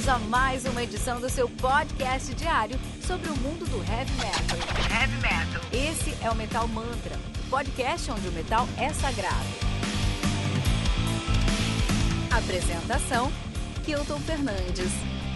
Bem-vindos a mais uma edição do seu podcast diário sobre o mundo do heavy metal. Heavy metal. Esse é o Metal Mantra, o podcast onde o metal é sagrado. Apresentação: Kilton Fernandes.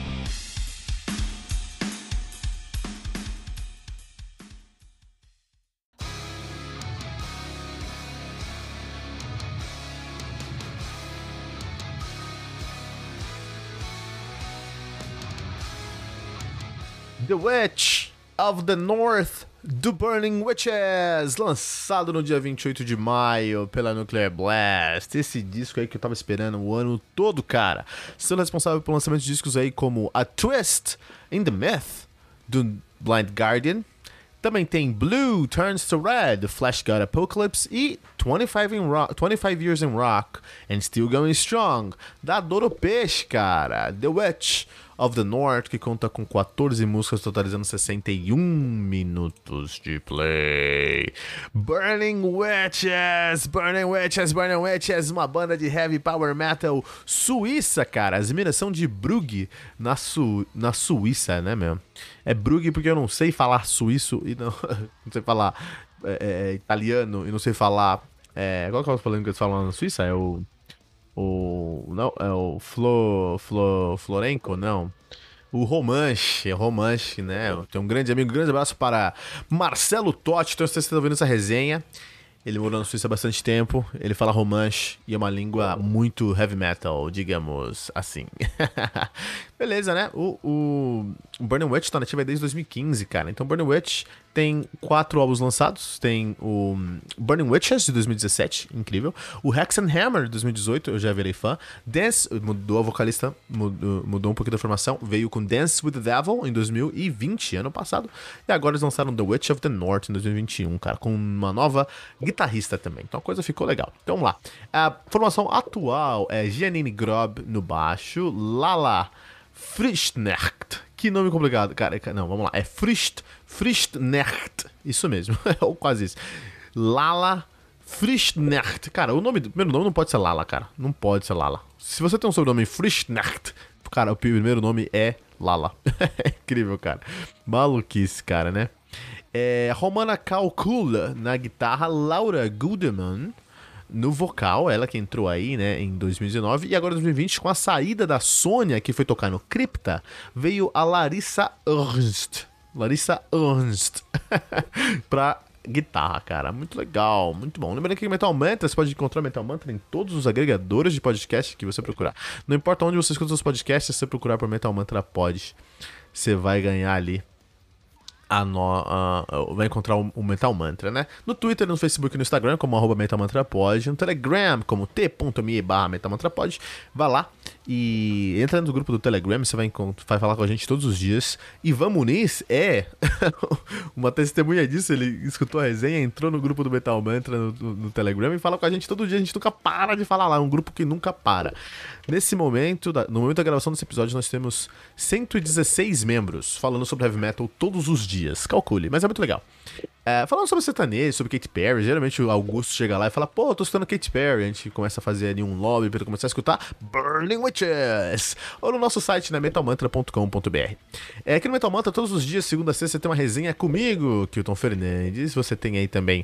The Witch of the North, do Burning Witches, lançado no dia 28 de maio pela Nuclear Blast. Esse disco aí que eu tava esperando o ano todo, cara. Sendo responsável pelo lançamento de discos aí como A Twist in the Myth, do Blind Guardian. Também tem Blue Turns to Red, do Flash God Apocalypse. E 25 Years in Rock and Still Going Strong, da Doro Peixe, cara. The Witch of the North, que conta com 14 músicas, totalizando 61 minutos de play. Burning Witches, Burning Witches, Burning Witches, uma banda de heavy power metal suíça, cara. As minas são de Brugge, na Suíça, né, meu? É Brugge porque eu não sei falar suíço e não sei falar italiano e não sei falar... qual que é o problema que eles falam na Suíça? É o Florenco, não. O Romanche, né? Tem um grande amigo, um grande abraço para Marcelo Totti. Então vocês estão vendo essa resenha. Ele morou na Suíça há bastante tempo. Ele fala Romanche e é uma língua muito heavy metal, digamos assim. Beleza, né? O Burning Witch tá nativa desde 2015, cara. Então Burning Witch tem 4 álbuns lançados. Tem o Burning Witches de 2017, incrível. O Hex and Hammer de 2018, eu já virei fã. Dance, mudou a vocalista, mudou um pouquinho da formação. Veio com Dance with the Devil em 2020, ano passado. E agora eles lançaram The Witch of the North em 2021, cara. Com uma nova guitarrista também. Então a coisa ficou legal. Então vamos lá. A formação atual é Janine Grob no baixo. Lala Frischknecht. Que nome complicado, cara. Não, vamos lá. É Frischknecht. Isso mesmo. Ou quase isso. Lala Frischknecht. Cara, o primeiro nome não pode ser Lala, cara. Não pode ser Lala. Se você tem um sobrenome Frischknecht, cara, o primeiro nome é Lala. É incrível, cara. Maluquice, cara, né? Romana Calcula na guitarra. Laura Gudeman no vocal, ela que entrou aí, né, em 2019, e agora em 2020, com a saída da Sônia, que foi tocar no Crypta, veio a Larissa Ernst pra guitarra, cara. Muito legal, muito bom. Lembrando que Metal Mantra, você pode encontrar Metal Mantra em todos os agregadores de podcast que você procurar. Não importa onde você escuta os podcasts, se você procurar por Metal Mantra Pod, você vai ganhar ali vai encontrar o Metal Mantra, né? No Twitter, no Facebook e no Instagram, como @MetalMantraPod. No Telegram, como t.me/MetalMantraPod. Vai lá e entra no grupo do Telegram. Você vai falar com a gente todos os dias. Ivan Muniz é uma testemunha disso. Ele escutou a resenha, entrou no grupo do Metal Mantra no Telegram e fala com a gente todo dia. A gente nunca para de falar lá. É um grupo que nunca para. Nesse momento, no momento da gravação desse episódio, nós temos 116 membros falando sobre heavy metal todos os dias. Calcule, mas é muito legal. Falando sobre sertanejo, sobre Katy Perry, geralmente o Augusto chega lá e fala: pô, eu tô escutando Katy Perry. A gente começa a fazer ali um lobby pra começar a escutar Burning Witches, ou no nosso site, na metalmantra.com.br. Aqui no Metal Mantra, todos os dias, segunda a sexta, você tem uma resenha comigo, Kilton Fernandes. Você tem aí também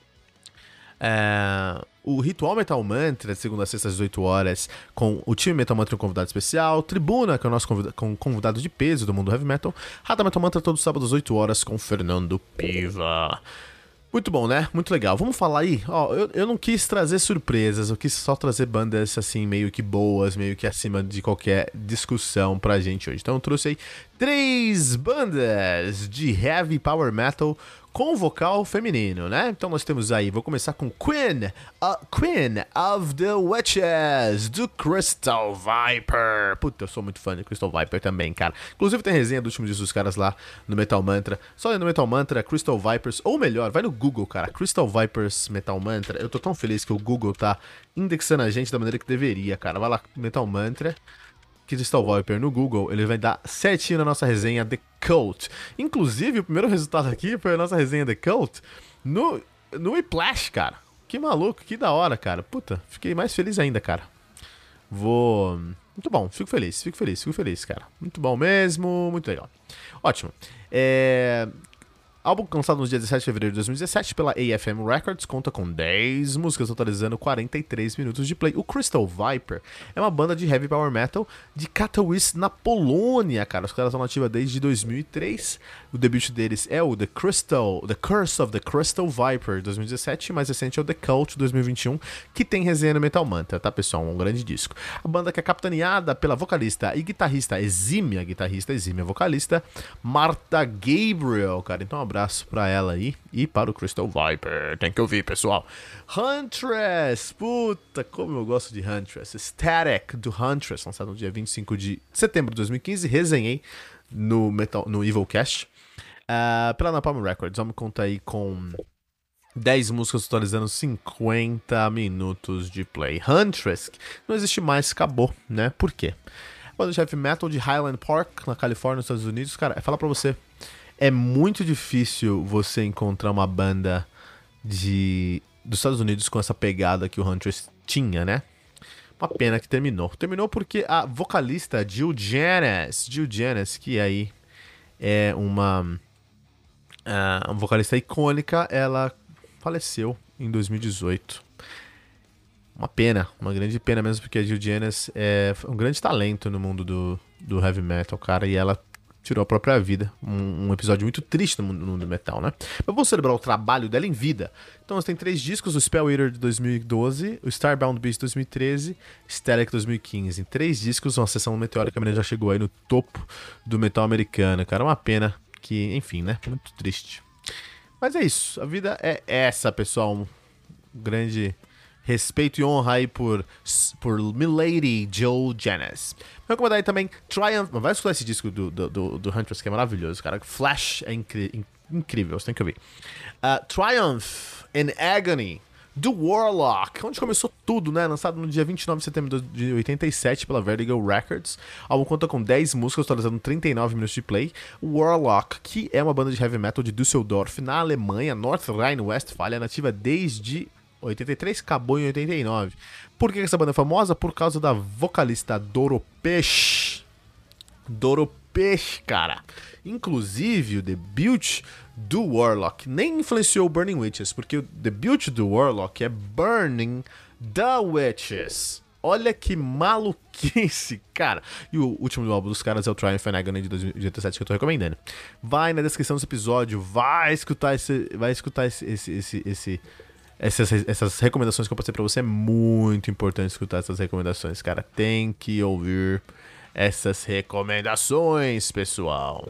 o Ritual Metal Mantra, segunda a sexta às 18 horas, com o time Metal Mantra e um convidado especial. Tribuna, que é o nosso convidado de peso do mundo heavy metal. Rata Metal Mantra, todos os sábados às 8 horas, com Fernando Piva. Muito bom, né? Muito legal. Vamos falar aí. Eu não quis trazer surpresas, eu quis só trazer bandas assim, meio que boas, meio que acima de qualquer discussão pra gente hoje. Então eu trouxe aí 3 bandas de heavy power metal com vocal feminino, né? Então nós temos aí, vou começar com Queen of the Witches, do Crystal Viper. Puta, eu sou muito fã de Crystal Viper também, cara. Inclusive tem resenha do último disco dos caras lá no Metal Mantra. Só no Metal Mantra, Crystal Vipers, ou melhor, vai no Google, cara, Crystal Vipers Metal Mantra. Eu tô tão feliz que o Google tá indexando a gente da maneira que deveria, cara. Vai lá, Metal Mantra, Crystal Viper no Google, ele vai dar certinho na nossa resenha The Cult. Inclusive, o primeiro resultado aqui foi a nossa resenha The Cult no Whiplash, cara. Que maluco, que da hora, cara. Puta, fiquei mais feliz ainda, cara. Muito bom, fico feliz, cara. Muito bom mesmo, muito legal. Ótimo. Álbum lançado no dia 17 de fevereiro de 2017 pela AFM Records, conta com 10 músicas, totalizando 43 minutos de play. O Crystal Viper é uma banda de heavy power metal de Katowice, na Polônia, cara. Os caras estão nativos desde 2003. O debut deles é o The Curse of the Crystal Viper, 2017, mais recente é o The Cult, 2021, que tem resenha no Metal Mantra, tá, pessoal? Um grande disco. A banda que é capitaneada pela vocalista e exímia vocalista, Martha Gabriel, cara. Então, um abraço pra ela aí e para o Crystal Viper. Tem que ouvir, pessoal. Huntress, puta, como eu gosto de Huntress. Static do Huntress, lançado no dia 25 de setembro de 2015. Resenhei no Evilcast. Pela Napalm Records, vamos contar aí com 10 músicas totalizando 50 minutos de play. Huntress, não existe mais, acabou, né? Por quê? Banda de heavy metal de Highland Park, na Califórnia, nos Estados Unidos. Cara, falar pra você, é muito difícil você encontrar uma banda dos Estados Unidos com essa pegada que o Huntress tinha, né? Uma pena que terminou. Terminou porque a vocalista Jill Janis, que aí é uma vocalista icônica, ela faleceu em 2018. Uma pena, uma grande pena mesmo, porque a Jill Janis é um grande talento no mundo do heavy metal, cara, e ela tirou a própria vida. Um episódio muito triste no mundo do metal, né? Mas vamos celebrar o trabalho dela em vida. Então você tem 3 discos: o Spell Eater de 2012, o Starbound Beast de 2013, Static 2015. Em 3 discos, uma sessão meteórica, a menina já chegou aí no topo do metal americano, cara. Uma pena que, enfim, né? Muito triste. Mas é isso. A vida é essa, pessoal. Um grande respeito e honra aí por Milady Jill Janis. Vou recomendar aí também Triumph. Vai escutar esse disco do Huntress, que é maravilhoso, cara. Flash é incrível, você tem que ouvir. Triumph in Agony, do Warlock, onde começou tudo, né? Lançado no dia 29 de setembro de 87 pela Vertigo Records. O álbum conta com 10 músicas, totalizando 39 minutos de play. O Warlock, que é uma banda de heavy metal de Düsseldorf, na Alemanha, North Rhine-Westphalia, nativa desde 83, acabou em 89. Por que essa banda é famosa? Por causa da vocalista Doropesh, cara. Inclusive, o debut do Warlock nem influenciou o Burning Witches, porque o debut do Warlock é Burning the Witches. Olha que maluquice, cara. E o último álbum dos caras é o Triumph and Agony de 2017, que eu tô recomendando. Vai na descrição desse episódio, vai escutar essas recomendações que eu passei pra você. É muito importante escutar essas recomendações, cara. Tem que ouvir essas recomendações, pessoal.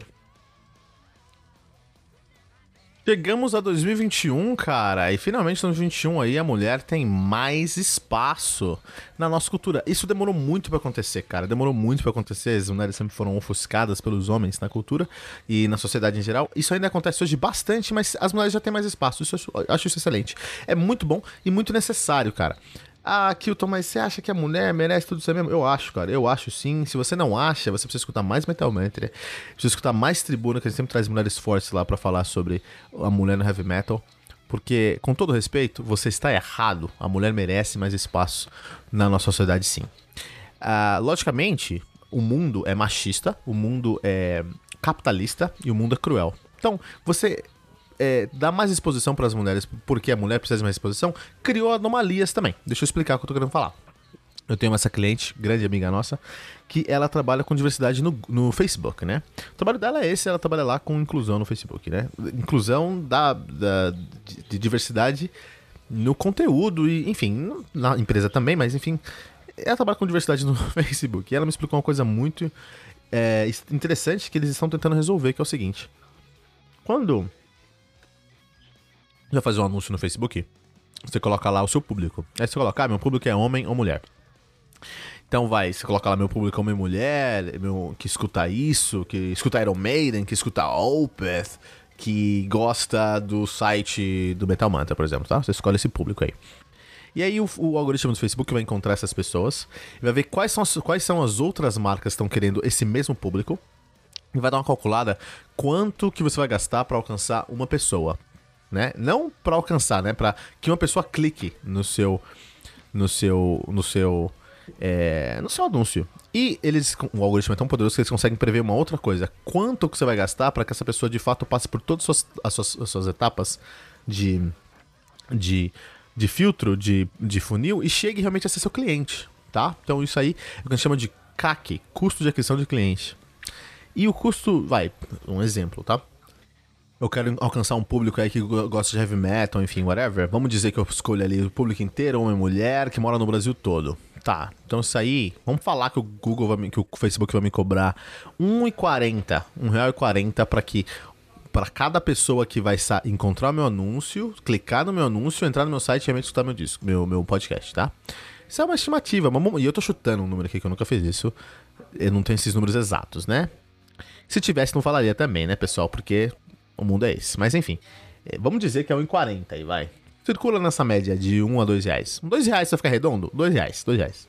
Chegamos a 2021, cara, e finalmente no 2021 aí a mulher tem mais espaço na nossa cultura. Isso demorou muito pra acontecer, cara, As mulheres sempre foram ofuscadas pelos homens na cultura e na sociedade em geral. Isso ainda acontece hoje bastante, mas as mulheres já têm mais espaço. Eu acho isso excelente. É muito bom e muito necessário, cara. Kilton, mas você acha que a mulher merece tudo isso mesmo? Eu acho, cara. Eu acho sim. Se você não acha, você precisa escutar mais Metal Mantra. Precisa escutar mais Tribuna, que a gente sempre traz mulheres fortes lá pra falar sobre a mulher no heavy metal. Porque, com todo respeito, você está errado. A mulher merece mais espaço na nossa sociedade, sim. Logicamente, o mundo é machista, o mundo é capitalista e o mundo é cruel. Então, você dá mais exposição para as mulheres, porque a mulher precisa de mais exposição, criou anomalias também. Deixa eu explicar o que eu tô querendo falar. Eu tenho essa cliente, grande amiga nossa, que ela trabalha com diversidade no Facebook, né? O trabalho dela é esse, ela trabalha lá com inclusão no Facebook, né? Inclusão de diversidade no conteúdo e, enfim, na empresa também, mas enfim, ela trabalha com diversidade no Facebook. E ela me explicou uma coisa muito interessante que eles estão tentando resolver, que é o seguinte. Quando vai fazer um anúncio no Facebook, você coloca lá o seu público. Aí você coloca, meu público é homem ou mulher. Então você coloca lá meu público é homem e mulher, que escuta isso, que escuta Iron Maiden, que escuta Opeth, que gosta do site do Metal Mantra, por exemplo, tá? Você escolhe esse público aí. E aí o algoritmo do Facebook vai encontrar essas pessoas e vai ver quais são as outras marcas que estão querendo esse mesmo público e vai dar uma calculada quanto que você vai gastar para alcançar uma pessoa. Né? Não para alcançar, né? Para que uma pessoa clique no seu no seu anúncio. E o algoritmo é tão poderoso que eles conseguem prever uma outra coisa. Quanto que você vai gastar para que essa pessoa de fato passe por todas as suas etapas de filtro, de funil, e chegue realmente a ser seu cliente, tá? Então isso aí é o que a gente chama de CAC, custo de aquisição de cliente. E o custo, um exemplo, tá? Eu quero alcançar um público aí que gosta de heavy metal, enfim, whatever. Vamos dizer que eu escolho ali o público inteiro, homem e mulher, que mora no Brasil todo. Tá, então isso aí, vamos falar que o Facebook vai me cobrar R$1,40 para cada pessoa que vai encontrar o meu anúncio, clicar no meu anúncio, entrar no meu site e realmente escutar meu podcast, tá? Isso é uma estimativa, e eu tô chutando um número aqui que eu nunca fiz isso. Eu não tenho esses números exatos, né? Se tivesse, não falaria também, né, pessoal? Porque o mundo é esse. Mas enfim, vamos dizer que é R$1,40 aí, vai. Circula nessa média de R$1 a R$2. R$2 vai ficar redondo? R$2.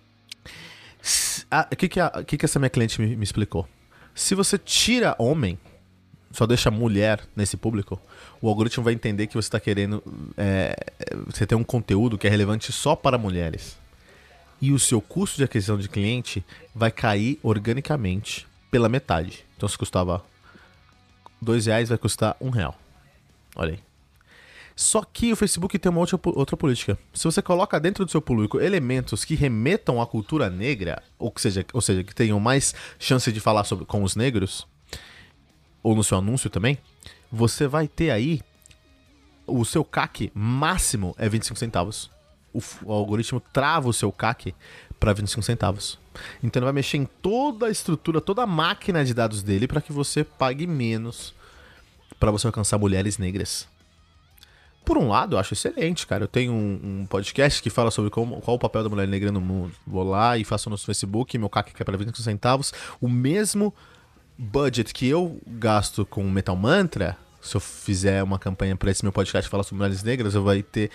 O que essa minha cliente me explicou? Se você tira homem, só deixa mulher nesse público, o algoritmo vai entender que você está querendo... você tem um conteúdo que é relevante só para mulheres. E o seu custo de aquisição de cliente vai cair organicamente pela metade. Então se custava R$2, vai custar R$1. Olha aí. Só que o Facebook tem uma outra política. Se você coloca dentro do seu público elementos que remetam à cultura negra, ou seja, que tenham mais chance de falar com os negros, ou no seu anúncio também, você vai ter aí o seu CAC máximo é 25 centavos. O algoritmo trava o seu CAC para 25 centavos. Então ele vai mexer em toda a estrutura, toda a máquina de dados dele para que você pague menos para você alcançar mulheres negras. Por um lado, eu acho excelente, cara. Eu tenho um podcast que fala sobre qual o papel da mulher negra no mundo. Vou lá e faço no Facebook, meu CAC é para 25 centavos. O mesmo budget que eu gasto com o Metal Mantra, se eu fizer uma campanha para esse meu podcast que fala sobre mulheres negras, eu vai ter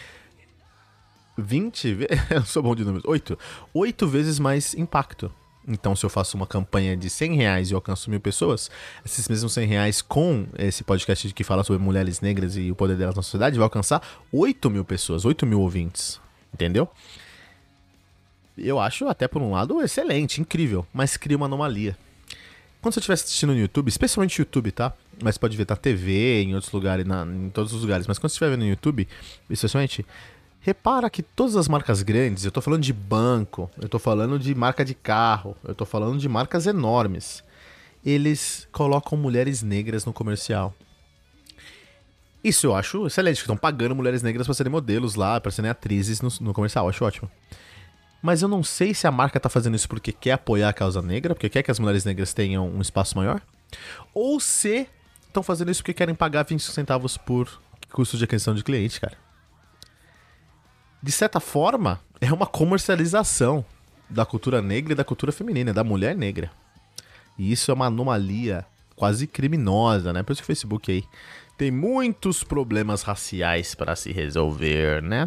20 vezes... eu sou bom de números. 8 vezes mais impacto. Então, se eu faço uma campanha de R$100 e eu alcanço 1.000 pessoas, esses mesmos R$100 com esse podcast que fala sobre mulheres negras e o poder delas na sociedade vai alcançar 8.000 pessoas, 8.000 ouvintes. Entendeu? Eu acho, até por um lado, excelente, incrível, mas cria uma anomalia. Quando você estiver assistindo no YouTube, especialmente YouTube, tá? Mas pode ver na TV, em outros lugares, em todos os lugares. Mas quando você estiver vendo no YouTube, especialmente... repara que todas as marcas grandes, eu tô falando de banco, eu tô falando de marca de carro, eu tô falando de marcas enormes, eles colocam mulheres negras no comercial. Isso eu acho excelente, que estão pagando mulheres negras para serem modelos lá, para serem atrizes no comercial, acho ótimo. Mas eu não sei se a marca tá fazendo isso porque quer apoiar a causa negra, porque quer que as mulheres negras tenham um espaço maior, ou se estão fazendo isso porque querem pagar 25 centavos por custo de aquisição de cliente, cara. De certa forma, é uma comercialização da cultura negra e da cultura feminina, da mulher negra. E isso é uma anomalia quase criminosa, né? Por isso que o Facebook aí tem muitos problemas raciais para se resolver, né?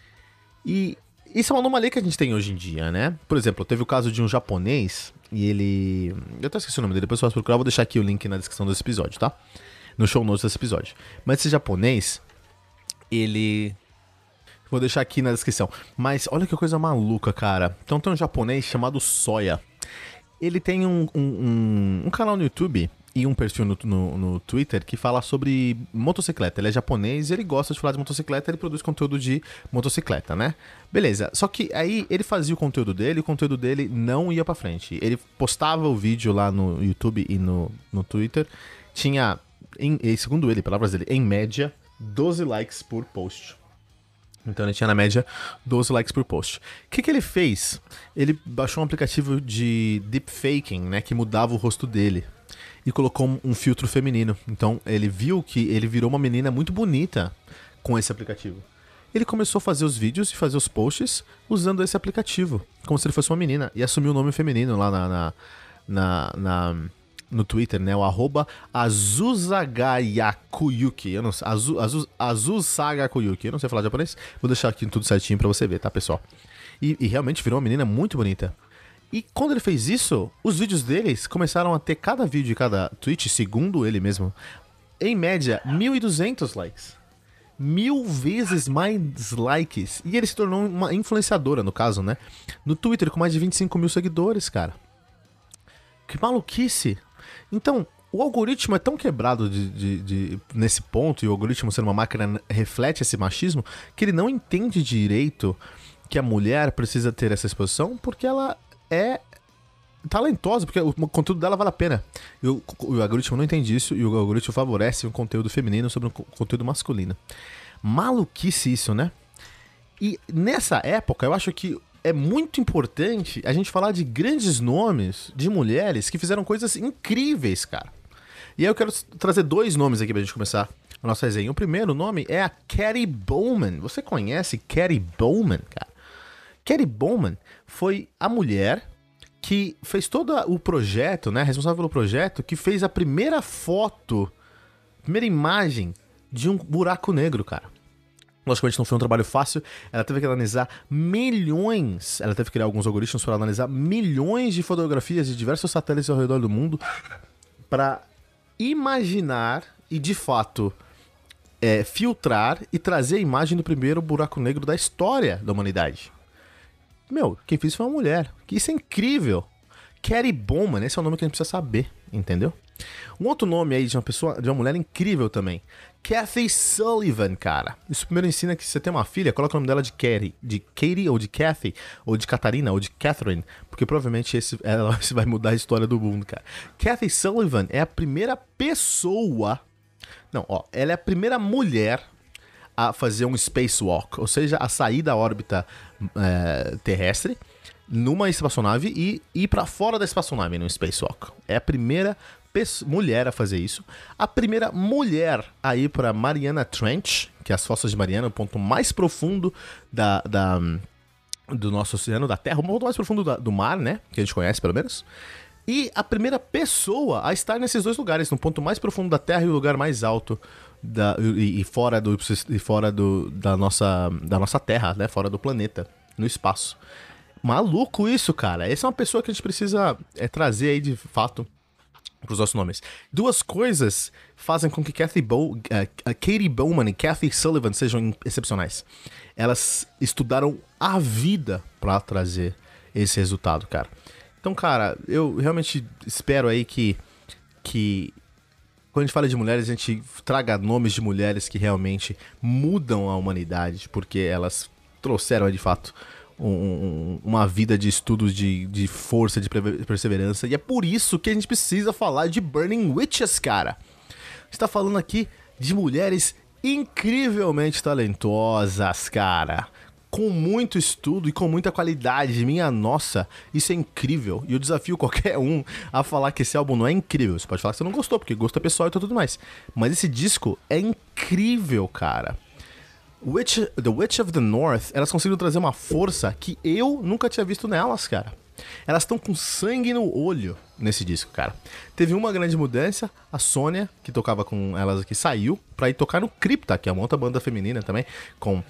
E isso é uma anomalia que a gente tem hoje em dia, né? Por exemplo, teve o caso de um japonês e ele... eu até esqueci o nome dele, depois eu posso procurar, vou deixar aqui o link na descrição desse episódio, tá? No show notes desse episódio. Mas esse japonês, ele... vou deixar aqui na descrição. Mas olha que coisa maluca, cara. Então tem um japonês chamado Soya. Ele tem um canal no YouTube e um perfil no Twitter que fala sobre motocicleta. Ele é japonês e ele gosta de falar de motocicleta. Ele produz conteúdo de motocicleta, né? Beleza. Só que aí ele fazia o conteúdo dele não ia pra frente. Ele postava o vídeo lá no YouTube e no Twitter. Tinha, segundo ele, palavras dele, em média, 12 likes por post. Então ele tinha na média 12 likes por post. O que ele fez? Ele baixou um aplicativo de deepfaking, né, que mudava o rosto dele. E colocou um filtro feminino. Então ele viu que ele virou uma menina muito bonita com esse aplicativo. Ele começou a fazer os vídeos e fazer os posts usando esse aplicativo, como se ele fosse uma menina. E assumiu o nome feminino lá no Twitter, né? O @Azuzagayakuyuki. Eu não sei. Azuzagayakuyuki. Eu não sei falar japonês. Vou deixar aqui tudo certinho pra você ver, tá, pessoal? E realmente virou uma menina muito bonita. E quando ele fez isso, os vídeos deles começaram a ter cada vídeo e cada tweet, segundo ele mesmo, em média, 1.200 likes. 1000 vezes mais likes. E ele se tornou uma influenciadora, no caso, né? No Twitter, com mais de 25 mil seguidores, cara. Que maluquice. Então, o algoritmo é tão quebrado nesse ponto, e o algoritmo sendo uma máquina reflete esse machismo, que ele não entende direito que a mulher precisa ter essa exposição porque ela é talentosa, porque o conteúdo dela vale a pena. E o algoritmo não entende isso, e o algoritmo favorece um conteúdo feminino sobre um conteúdo masculino. Maluquice isso, né? E nessa época, eu acho que é muito importante a gente falar de grandes nomes de mulheres que fizeram coisas incríveis, cara. E aí eu quero trazer 2 nomes aqui pra gente começar a nossa resenha. O primeiro nome é a Carrie Bowman. Você conhece Carrie Bowman, cara? Carrie Bowman foi a mulher que fez todo o projeto, né? Responsável pelo projeto, que fez a primeira foto, primeira imagem de um buraco negro, cara. Logicamente não foi um trabalho fácil, ela teve que analisar milhões, ela teve que criar alguns algoritmos para analisar milhões de fotografias de diversos satélites ao redor do mundo para imaginar e, de fato, filtrar e trazer a imagem do primeiro buraco negro da história da humanidade. Meu, quem fez foi uma mulher. Isso é incrível. Carrie Bowman, esse é o nome que a gente precisa saber, entendeu? Um outro nome aí de uma mulher incrível também. Kathy Sullivan, cara. Isso primeiro ensina que se você tem uma filha, coloca o nome dela de Katie, ou de Kathy, ou de Catarina, ou de Catherine, porque provavelmente esse vai mudar a história do mundo, cara. Kathy Sullivan é a primeira pessoa... Não, ó, ela é a primeira mulher a fazer um spacewalk, ou seja, a sair da órbita terrestre numa espaçonave e ir pra fora da espaçonave num spacewalk. É a primeira mulher a fazer isso. A primeira mulher a ir pra Mariana Trench, que é as Fossas de Mariana, o ponto mais profundo do nosso oceano, da Terra, o ponto mais profundo do mar, né? Que a gente conhece, pelo menos. E a primeira pessoa a estar nesses 2 lugares, no ponto mais profundo da Terra e o lugar mais alto fora da nossa Terra, né? Fora do planeta, no espaço. Maluco isso, cara. Essa é uma pessoa que a gente precisa trazer aí de fato pros nossos nomes. 2 coisas fazem com que Katie Bowman e Kathy Sullivan sejam excepcionais. Elas estudaram a vida pra trazer esse resultado, cara. Então, cara, eu realmente espero aí que quando a gente fala de mulheres, a gente traga nomes de mulheres que realmente mudam a humanidade, porque elas trouxeram, de fato, uma vida de estudos, de força, de perseverança. E é por isso que a gente precisa falar de Burning Witches, cara. A gente tá falando aqui de mulheres incrivelmente talentosas, cara. Com muito estudo e com muita qualidade. Minha nossa, isso é incrível. E eu desafio qualquer um a falar que esse álbum não é incrível. Você pode falar que você não gostou, porque gosto é pessoal e tudo mais. Mas esse disco é incrível, cara. The Witch of the North, elas conseguiram trazer uma força que eu nunca tinha visto nelas, cara. Elas estão com sangue no olho nesse disco, cara. Teve uma grande mudança, a Sônia, que tocava com elas aqui, saiu pra ir tocar no Crypta, que é uma outra banda feminina também, com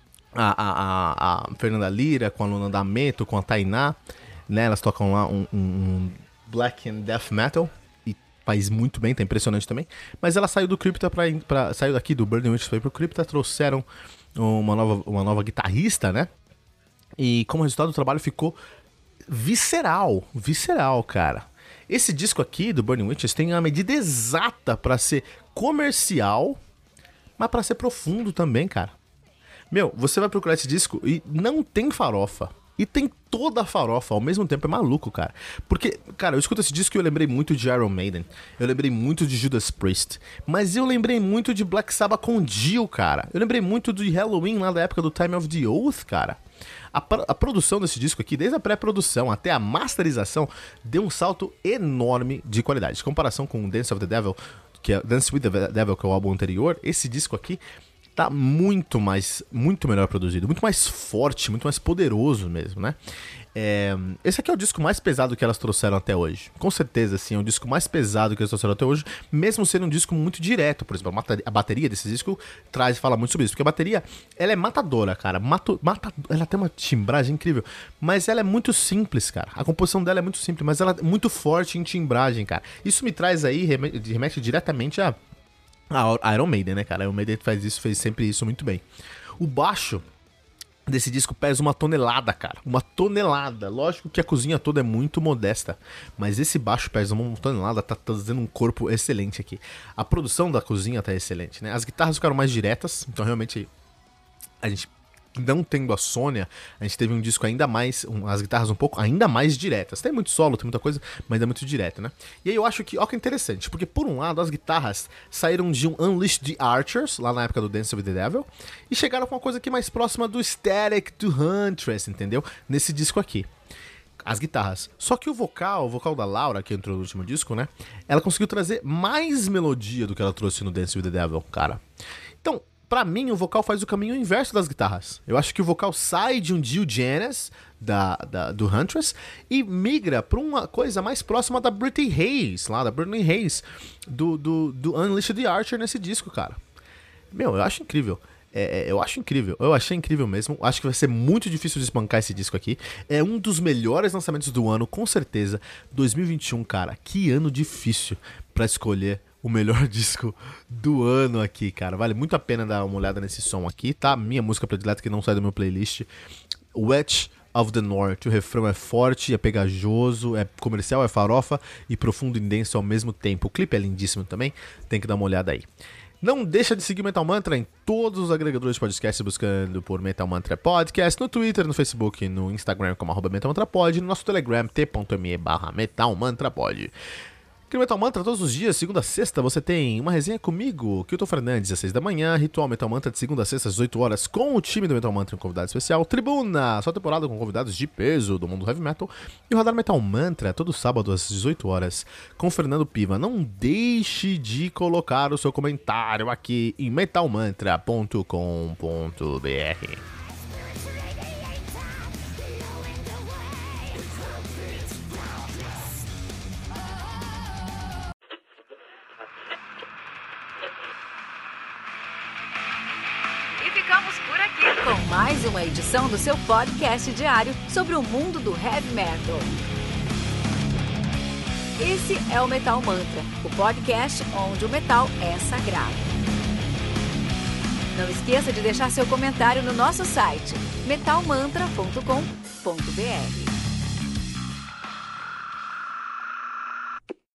a Fernanda Lira, com a Luna D'Ameto, com a Tainá, né? Elas tocam lá um black and death metal e faz muito bem, tá impressionante também. Mas ela saiu do Crypta saiu daqui do Burning Witches, foi pro Crypta, trouxeram uma nova guitarrista, né? E como resultado o trabalho ficou visceral, cara. Esse disco aqui do Burning Witches tem a medida exata pra ser comercial, mas pra ser profundo também, cara. Meu, você vai procurar esse disco e não tem farofa. E tem toda a farofa ao mesmo tempo, é maluco, cara. Porque, cara, eu escuto esse disco e eu lembrei muito de Iron Maiden. Eu lembrei muito de Judas Priest. Mas eu lembrei muito de Black Sabbath com Dio, cara. Eu lembrei muito de Halloween lá da época do Time of the Oath, cara. A produção desse disco aqui, desde a pré-produção até a masterização, deu um salto enorme de qualidade. Em comparação com Dance with the Devil, que é o álbum anterior, esse disco aqui tá muito melhor produzido, muito mais forte, muito mais poderoso mesmo, né? Esse aqui é o disco mais pesado que elas trouxeram até hoje. Com certeza, sim, é o disco mais pesado que elas trouxeram até hoje, mesmo sendo um disco muito direto. Por exemplo, a bateria desse disco fala muito sobre isso, porque a bateria, ela é matadora, cara. Ela tem uma timbragem incrível, mas ela é muito simples, cara. A composição dela é muito simples, mas ela é muito forte em timbragem, cara. Isso me traz aí, remete diretamente a A Iron Maiden, né, cara? A Iron Maiden fez sempre isso muito bem. O baixo desse disco pesa 1 tonelada, cara. 1 tonelada. Lógico que a cozinha toda é muito modesta, mas esse baixo pesa 1 tonelada, tá trazendo um corpo excelente aqui. A produção da cozinha tá excelente, né? As guitarras ficaram mais diretas, então realmente a gente, não tendo a Sônia, a gente teve um disco ainda mais, as guitarras um pouco ainda mais diretas. Tem muito solo, tem muita coisa, mas é muito direto, né? E aí eu acho que, ó, que interessante, porque por um lado as guitarras saíram de um Unleash the Archers, lá na época do Dance with the Devil, e chegaram com uma coisa aqui mais próxima do Static do Huntress, entendeu? Nesse disco aqui. As guitarras. Só que o vocal da Laura, que entrou no último disco, né? Ela conseguiu trazer mais melodia do que ela trouxe no Dance with the Devil, cara. Então, pra mim, o vocal faz o caminho inverso das guitarras. Eu acho que o vocal sai de um Dio Janis, do Huntress, e migra pra uma coisa mais próxima da Britney Hayes, do Unleash the Archer nesse disco, cara. Meu, eu acho incrível. Eu achei incrível mesmo. Acho que vai ser muito difícil de espancar esse disco aqui. É um dos melhores lançamentos do ano, com certeza. 2021, cara, que ano difícil pra escolher o melhor disco do ano aqui, cara. Vale muito a pena dar uma olhada nesse som aqui, tá? Minha música predileta que não sai do meu playlist. Witch of the North. O refrão é forte, é pegajoso, é comercial, é farofa e profundo e denso ao mesmo tempo. O clipe é lindíssimo também, tem que dar uma olhada aí. Não deixa de seguir o Metal Mantra em todos os agregadores de podcast, buscando por Metal Mantra Podcast, no Twitter, no Facebook, no Instagram como @metalmantrapod, no nosso Telegram, t.me/metalmantrapod. Aqui no Metal Mantra, todos os dias, segunda a sexta, você tem uma resenha comigo, Kilton Fernandes, às 6 da manhã, Ritual Metal Mantra de segunda a sexta, às 18 horas, com o time do Metal Mantra e um convidado especial, Tribuna, só temporada com convidados de peso do mundo heavy metal, e o Radar Metal Mantra, todo sábado às 18 horas, com Fernando Piva. Não deixe de colocar o seu comentário aqui em metalmantra.com.br. Ficamos por aqui com mais uma edição do seu podcast diário sobre o mundo do heavy metal. Esse é o Metal Mantra, o podcast onde o metal é sagrado. Não esqueça de deixar seu comentário no nosso site metalmantra.com.br.